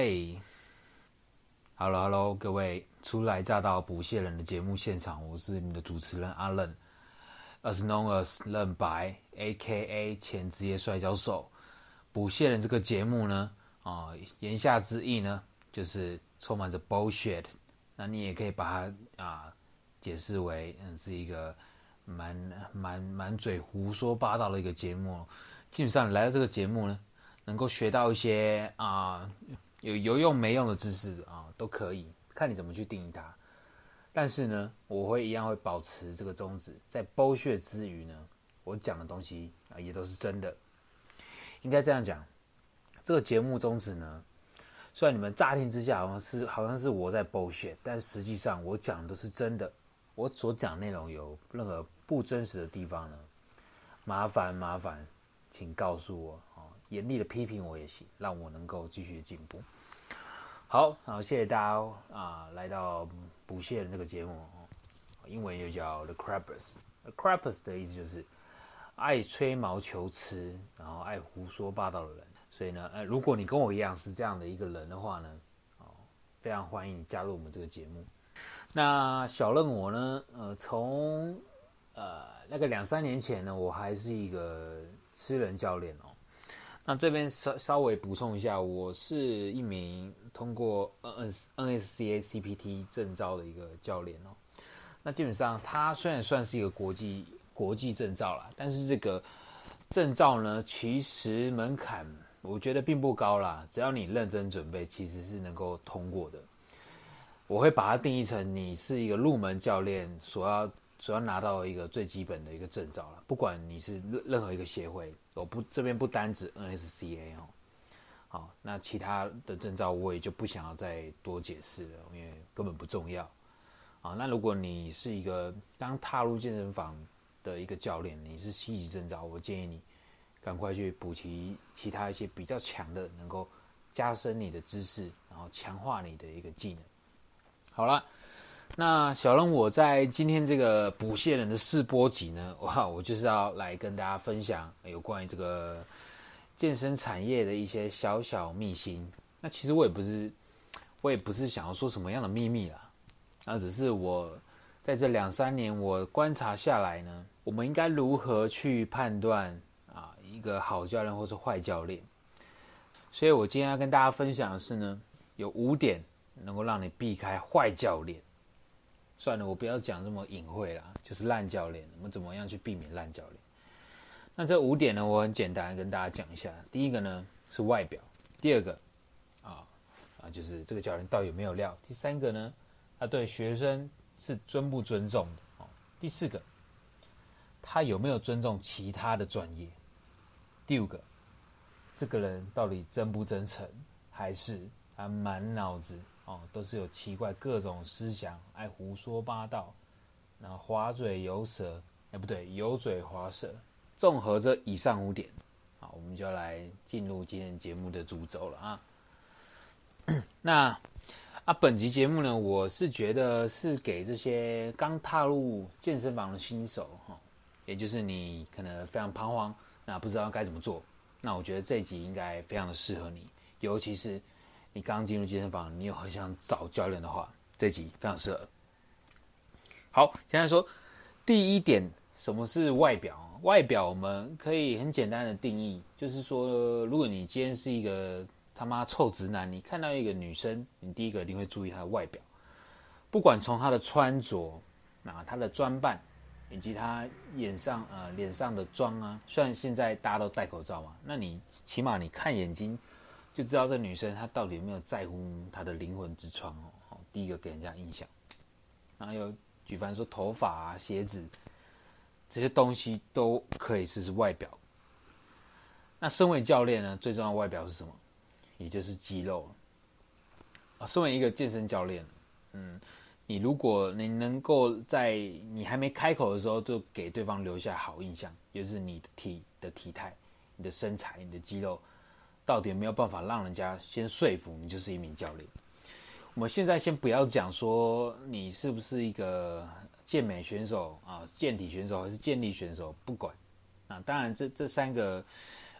嘿，Hello， 各位初来乍到捕蟹人的节目现场，我是你们的主持人阿任 ，as known as 任白 ，A.K.A 前职业摔跤手。捕蟹人这个节目呢，言下之意呢，就是充满着 bullshit。那你也可以把它解释为是一个满嘴胡说八道的一个节目。基本上你来到这个节目呢，能够学到一些有用没用的知识都可以，看你怎么去定义它。但是呢，我一样会保持这个宗旨，在bullshit之余呢，我讲的东西也都是真的。应该这样讲，这个节目宗旨呢，虽然你们乍听之下好像是我在 bullshit， 但实际上我讲的都是真的。我所讲内容有任何不真实的地方呢，麻烦，请告诉我，严厉的批评我也行，让我能够继续进步。好，谢谢大家来到捕蟹人这个节目，英文又叫 The Crappers。The Crappers 的意思就是爱吹毛求疵，然后爱胡说八道的人。所以呢，如果你跟我一样是这样的一个人的话呢，非常欢迎你加入我们这个节目。那小任我呢，从那个2-3年前呢，我还是一个吃人教练哦。那这边稍微补充一下，我是一名通过 NSCA CPT 证照的一个教练哦。那基本上它虽然算是一个国际证照啦，但是这个证照呢，其实门槛我觉得并不高啦，只要你认真准备，其实是能够通过的。我会把它定义成你是一个入门教练所要拿到一个最基本的一个证照啦，不管你是任何一个协会，这边不单指 NSCA 哦。好，那其他的证照我也就不想要再多解释了，因为根本不重要。那如果你是一个刚踏入健身房的一个教练，你是7级证照，我建议你赶快去补齐其他一些比较强的，能够加深你的知识，然后强化你的一个技能。好了，那小任我在今天这个捕蟹人的试播集呢，我就是要来跟大家分享有关于这个健身产业的一些小小秘辛。那其实我也不是想要说什么样的秘密啦，那只是我在这2-3年我观察下来呢，我们应该如何去判断一个好教练或是坏教练。所以我今天要跟大家分享的是呢，有5点能够让你避开坏教练。算了，我不要讲这么隐晦啦，就是烂教练，我们怎么样去避免烂教练。那这5点呢，我很简单跟大家讲一下。第一个呢是外表，第二个就是这个教练到底有没有料，第3个呢，他对学生是尊不尊重的，第4个，他有没有尊重其他的专业，第5个，这个人到底真不真诚，还是他满脑子都是有奇怪各种思想，爱胡说八道，然后滑嘴游舌，不对，油嘴滑舌。综合这以上5点，我们就要来进入今天节目的主轴了啊。那本集节目呢，我是觉得是给这些刚踏入健身房的新手，也就是你可能非常彷徨，那不知道该怎么做。那我觉得这一集应该非常的适合你，尤其是你刚进入健身房，你有很想找教练的话，这一集非常适合。好，现在说第1点，什么是外表？外表我们可以很简单的定义，就是说，如果你今天是一个他妈臭直男，你看到一个女生，你第一个一定会注意她的外表，不管从她的穿着、她的装扮，以及她脸上的妆虽然现在大家都戴口罩嘛，那你起码你看眼睛就知道这女生她到底有没有在乎她的灵魂之窗第一个给人家印象。然后有举凡说头发鞋子这些东西都可以是外表。那身为教练呢，最重要的外表是什么？也就是肌肉。身为一个健身教练，如果你能够在你还没开口的时候就给对方留下好印象，就是你的体态、你的身材、你的肌肉，到底有没有办法让人家先说服你就是一名教练？我们现在先不要讲说你是不是一个健美选手健体选手还是健力选手，不管。当然这3个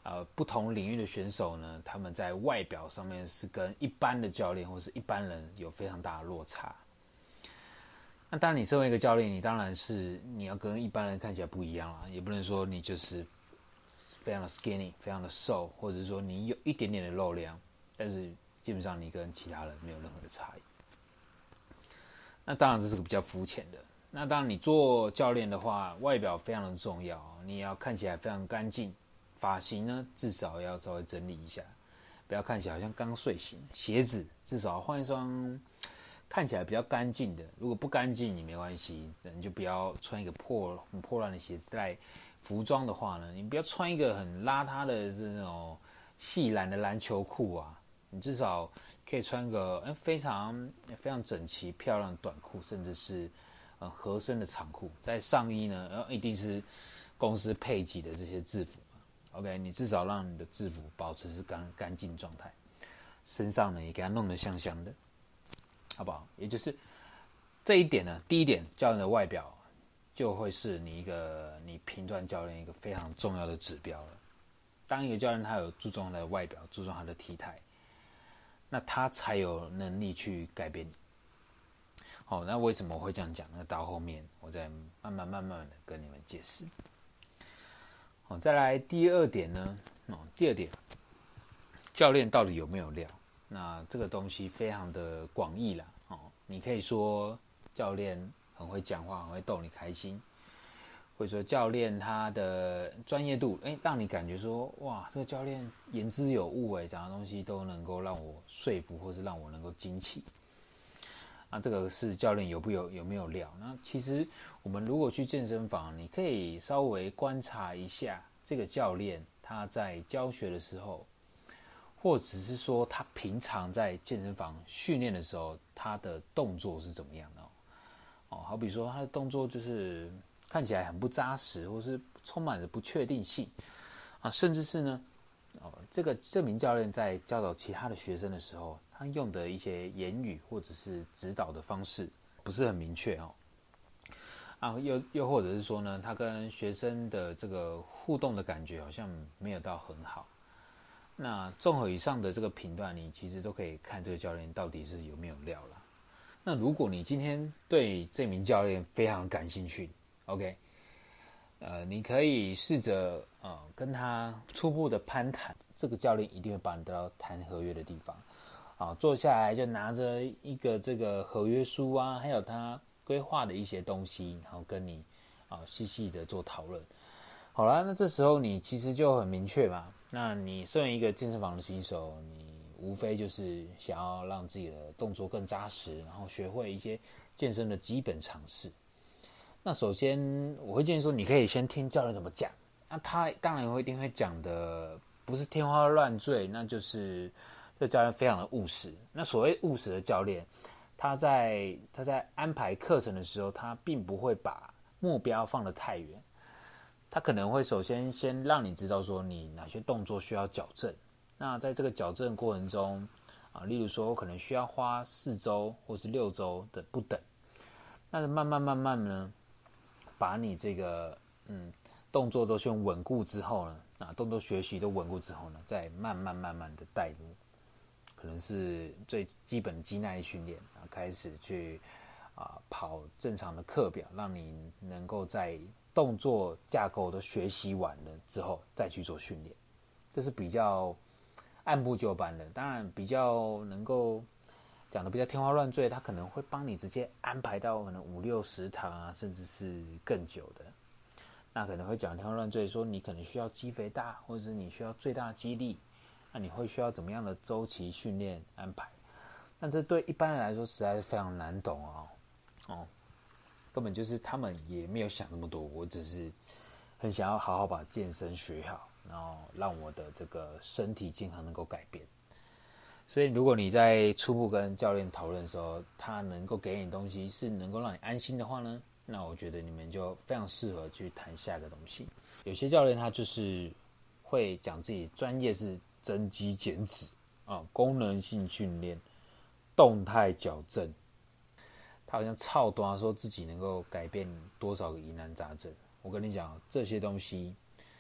不同领域的选手呢，他们在外表上面是跟一般的教练或是一般人有非常大的落差。那当然，你身为一个教练，你当然是你要跟一般人看起来不一样啦，也不能说你就是非常的 skinny， 非常的瘦，或者是说你有一点点的肉量，但是基本上你跟其他人没有任何的差异。那当然这是个比较肤浅的。那当然你做教练的话，外表非常的重要，你也要看起来非常干净，发型呢至少要稍微整理一下，不要看起来好像刚睡醒。鞋子至少换一双看起来比较干净的，如果不干净你没关系，你就不要穿一个很破烂的鞋子。在服装的话呢，你不要穿一个很邋遢的这种细蓝的篮球裤啊，你至少可以穿个非常整齐漂亮的短裤，甚至是合身的长裤。在上衣呢，一定是公司配给的这些制服。OK， 你至少让你的制服保持是干净状态，身上呢也给它弄得香香的，好不好？也就是这一点呢，第一点，教练的外表就会是你评断教练一个非常重要的指标了。当一个教练他有注重他的外表，注重他的体态，那他才有能力去改变你。好，那为什么我会这样讲？那到后面我再慢慢的跟你们解释。好，再来第二点呢，第二点，教练到底有没有料？那这个东西非常的广义啦。你可以说教练很会讲话，很会逗你开心，或者说教练他的专业度，让你感觉说，哇，这个教练言之有物，讲的东西都能够让我说服，或是让我能够惊奇。那这个是教练有没有料？那其实我们如果去健身房，你可以稍微观察一下这个教练他在教学的时候，或者是说他平常在健身房训练的时候，他的动作是怎么样的好比说他的动作就是看起来很不扎实，或是充满着不确定性甚至是呢这名教练在教导其他的学生的时候，他用的一些言语或者是指导的方式不是很明确又或者是说呢，他跟学生的这个互动的感觉好像没有到很好。那综合以上的这个评断，你其实都可以看这个教练到底是有没有料啦。那如果你今天对这名教练非常感兴趣 ，OK， 你可以试着跟他初步的攀谈，这个教练一定会把你带到谈合约的地方。坐下来就拿着一个这个合约书啊，还有他规划的一些东西，然后跟你细细的做讨论。好啦，那这时候你其实就很明确嘛。那你身为一个健身房的新手，你无非就是想要让自己的动作更扎实，然后学会一些健身的基本常识。那首先我会建议说，你可以先听教练怎么讲。那他当然一定会讲的不是天花乱坠，那就是这教练非常的务实。那所谓务实的教练，他在安排课程的时候，他并不会把目标放得太远。他可能会首先让你知道说你哪些动作需要矫正。那在这个矫正过程中例如说可能需要花4周或是6周的不等。那慢慢呢，把你这个动作都先稳固之后呢，动作学习都稳固之后呢，再慢慢的带入，可能是最基本的肌耐力训练，开始去跑正常的课表，让你能够在动作架构都学习完了之后再去做训练。这是比较按部就班的。当然比较能够讲的比较天花乱坠，他可能会帮你直接安排到可能5-60堂甚至是更久的。那可能会讲天花乱坠，说你可能需要肌肥大，或者是你需要最大肌力，那你会需要怎么样的周期训练安排。那这对一般人来说实在是非常难懂根本就是他们也没有想那么多，我只是很想要好好把健身学好，然后让我的这个身体健康能够改变。所以如果你在初步跟教练讨论的时候，他能够给你的东西是能够让你安心的话呢，那我觉得你们就非常适合去谈下一个东西。有些教练他就是会讲自己专业是增肌减脂功能性训练、动态矫正，他好像操短说自己能够改变多少个疑难杂症。我跟你讲，这些东西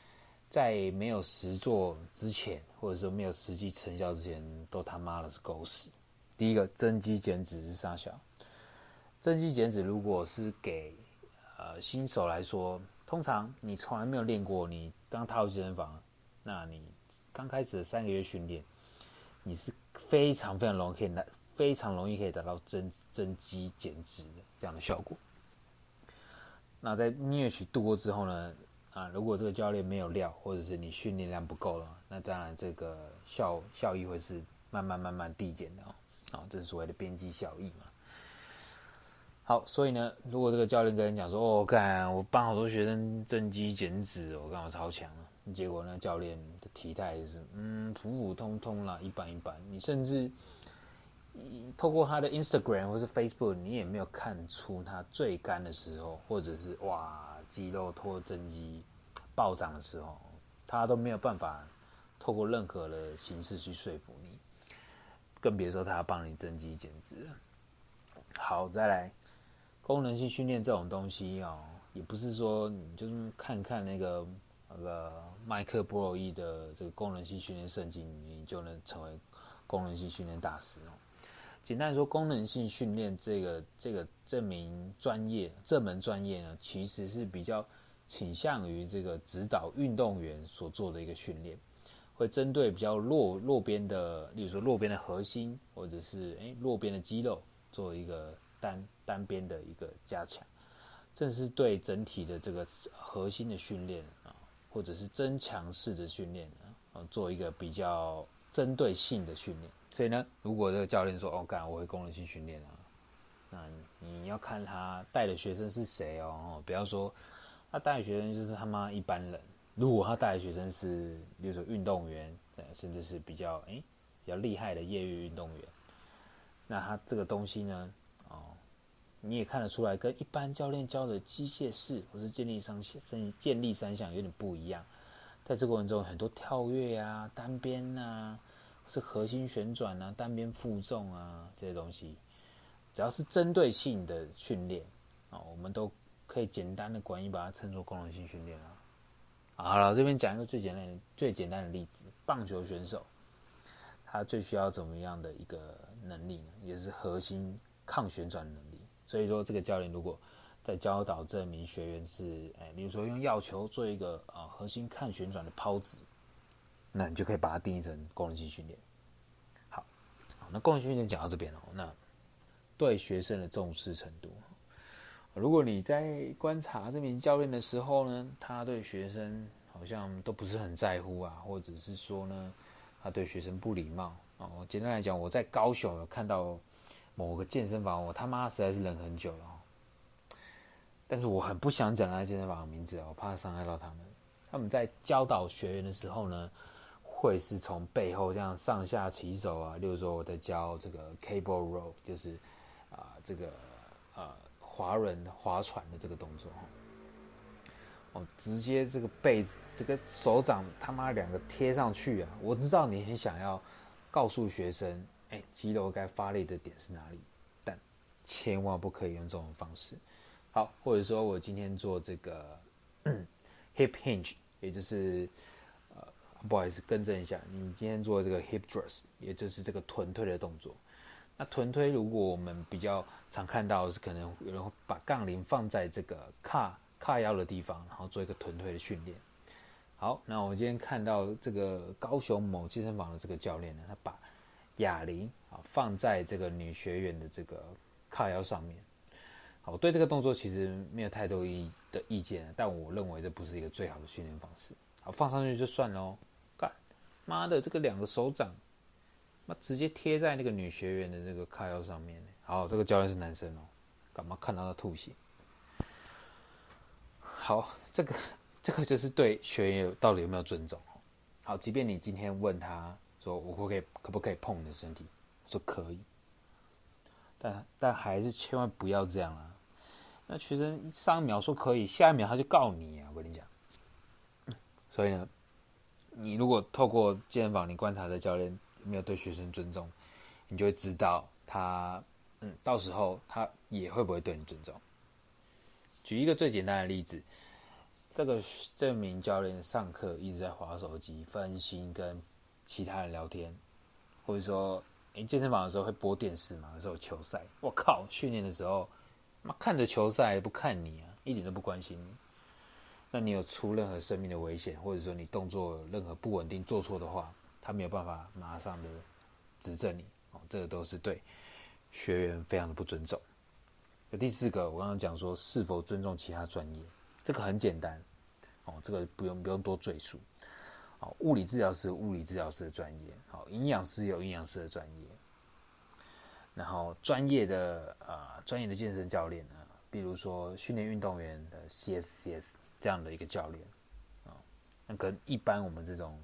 在没有实做之前，或者说没有实际成效之前，都他妈的是狗屎。第一个，增肌减脂是啥小？增肌减脂如果是给新手来说，通常你从来没有练过，你刚踏入健身房，那你刚开始的3个月训练，你是非常容易可以达到增肌减脂的这样的效果。那在虐曲度过之后呢，如果这个教练没有料，或者是你训练量不够了，那当然这个效益会是慢慢递减的这是所谓的边际效益嘛。好，所以呢，如果这个教练跟你讲说，我帮好多学生增肌减脂，我超强啊，结果呢，教练的体态是普通啦，一般，你甚至透过他的 Instagram 或是 Facebook， 你也没有看出他最干的时候，或者是肌肉或增肌暴涨的时候，他都没有办法透过任何的形式去说服你，更别说他要帮你增肌减脂了。好，再来，功能性训练这种东西也不是说你就是看看那个麦克布洛伊的这个功能性训练圣经，你就能成为功能性训练大师简单来说，功能性训练这门专业呢，其实是比较倾向于这个指导运动员所做的一个训练，会针对比较弱边的，例如说弱边的核心，或者是弱边的肌肉，做一个单边的一个加强，正是对整体的这个核心的训练或者是增强式的训练做一个比较针对性的训练。所以呢，如果这个教练说我会功能性训练那你要看他带的学生是谁不要说他带的学生就是他妈一般人。如果他带的学生是比如说运动员，甚至是比较厉害的业余运动员，那他这个东西呢你也看得出来跟一般教练教的机械式或是健力三项有点不一样。在这个过程中很多跳跃单边是核心旋转单边负重这些东西，只要是针对性的训练我们都可以简单的把它称作功能性训练好了，这边讲一个最简单的例子，棒球选手他最需要怎么样的一个能力呢？也是核心抗旋转的能力。所以说这个教练如果在教导这名学员是比如说用药球做一个核心抗旋转的抛掷，那你就可以把它定义成功能性训练。好，那功能性训练讲到这边那对学生的重视程度，如果你在观察这名教练的时候呢，他对学生好像都不是很在乎或者是说呢，他对学生不礼貌简单来讲，我在高雄有看到某个健身房，我他妈实在是忍很久了但是我很不想讲那健身房的名字我怕伤害到他们。他们在教导学员的时候呢，会是从背后这样上下其手例如说我在教这个 cable row， 就是这个划船的这个动作直接这个背这个手掌他妈2个贴上去我知道你很想要告诉学生肌肉该发力的点是哪里，但千万不可以用这种方式。好，或者说我今天做这个hip hinge， 也就是不好意思更正一下，你今天做这个 hip thrust， 也就是这个臀推的动作。那臀推如果我们比较常看到的是，可能有人会把杠铃放在这个胯腰的地方，然后做一个臀推的训练。好，那我今天看到这个高雄某健身房的这个教练呢，他把哑铃放在这个女学员的这个胯腰上面。好，我对这个动作其实没有太多的意见，但我认为这不是一个最好的训练方式。好，放上去就算了干妈的这个2个手掌直接贴在那个女学员的这个胯腰上面。好，这个教练是男生干嘛看到他吐血？好，这个就是对学员到底有没有尊重。好，即便你今天问他说我可不可以碰你的身体，说可以，但还是千万不要这样那学生上一秒说可以，下一秒他就告你我跟你讲。所以呢，你如果透过健身房你观察的教练没有对学生尊重，你就会知道他到时候他也会不会对你尊重。举一个最简单的例子， 这名教练上课一直在滑手机、分心，跟其他人聊天，或者说，健身房的时候会播电视嘛，有时候有球赛，我靠，训练的时候，看着球赛不看你啊，一点都不关心你。那你有出任何生命的危险，或者说你动作有任何不稳定做错的话，他没有办法马上的指正你，这个都是对学员非常的不尊重。第4个，我刚刚讲说是否尊重其他专业，这个很简单，这个不用多赘述。物理治疗师有物理治疗师的专业，营养师有营养师的专业，然后专业的健身教练呢，比如说训练运动员的 CSCS 这样的一个教练，那跟一般我们这种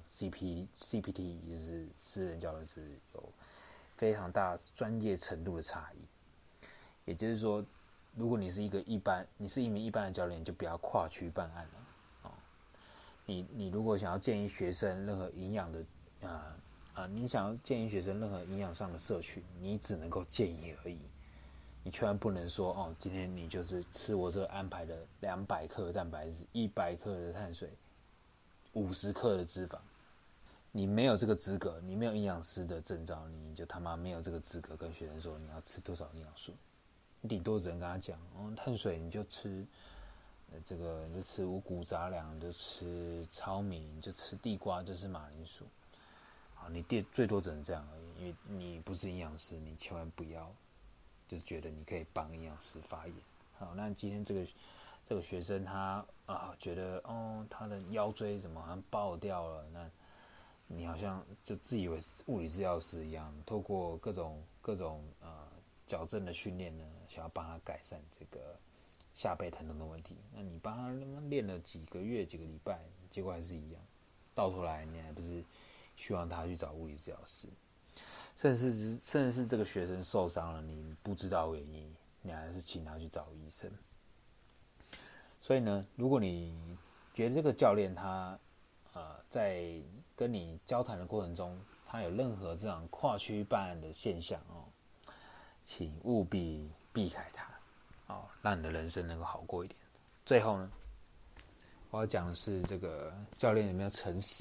CPT 就是私人教练是有非常大专业程度的差异。也就是说，如果你是一名一般的教练，你就不要跨区办案了。你如果想要建议学生任何营养的你想要建议学生任何营养上的摄取，你只能够建议而已。你千万不能说今天你就是吃我这个安排的200克的蛋白质、100克的碳水、50克的脂肪。你没有这个资格，你没有营养师的证照，你就他妈没有这个资格跟学生说你要吃多少营养素。你顶多只能跟他讲，碳水你就吃你就吃五谷杂粮，你就吃糙米，你就吃地瓜，就吃马铃薯。你最多只能这样而已，因为你不是营养师，你千万不要就是觉得你可以帮营养师发言。好，那今天这个学生他觉得他的腰椎怎么好像爆掉了，那你好像就自以为物理治疗师一样，透过各种矫正的训练呢，想要帮他改善这个下背疼痛的问题。那你帮他练了几个月、几个礼拜，结果还是一样，到头来你还不是希望他去找物理治疗师，甚至是这个学生受伤了，你不知道原因，你还是请他去找医生。所以呢，如果你觉得这个教练他在跟你交谈的过程中，他有任何这样跨区办案的现象请务必避开它，让你的人生能够好过一点。最后呢，我要讲的是这个教练有没有诚实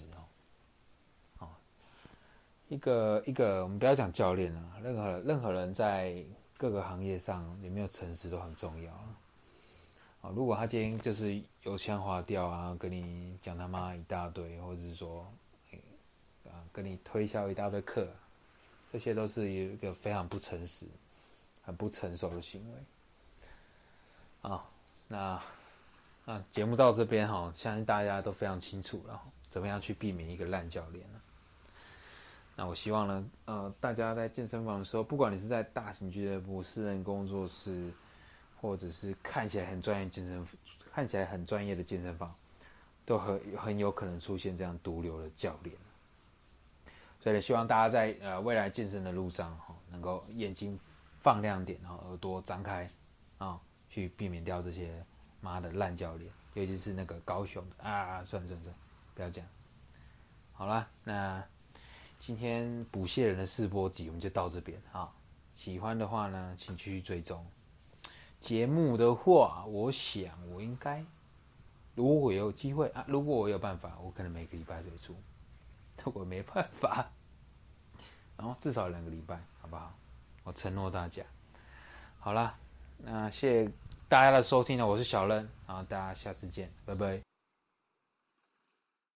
一个我们不要讲教练了，任何人在各个行业上有没有诚实都很重要。如果他今天就是油腔滑调跟你讲他妈一大堆，或者是说跟你推销一大堆课，这些都是一个非常不诚实、很不成熟的行为。那节目到这边相信大家都非常清楚了，怎么样去避免一个烂教练呢？那我希望呢，大家在健身房的时候，不管你是在大型俱乐部、私人工作室，或者是看起来很专业的健身房，都很有可能出现这样毒瘤的教练。所以希望大家在未来健身的路上能够眼睛放亮点，耳朵张开去避免掉这些妈的烂教练，尤其是那个高雄的算了，不要讲。好啦，那今天捕蟹人的试播集我们就到这边喜欢的话呢，请继续追踪。节目的话，我想我应该，如果我有机会如果我有办法，我可能每个礼拜推出。如果没办法，然后至少2个礼拜，好不好？我承诺大家。好啦，那谢谢大家的收听我是小任，大家下次见，拜拜。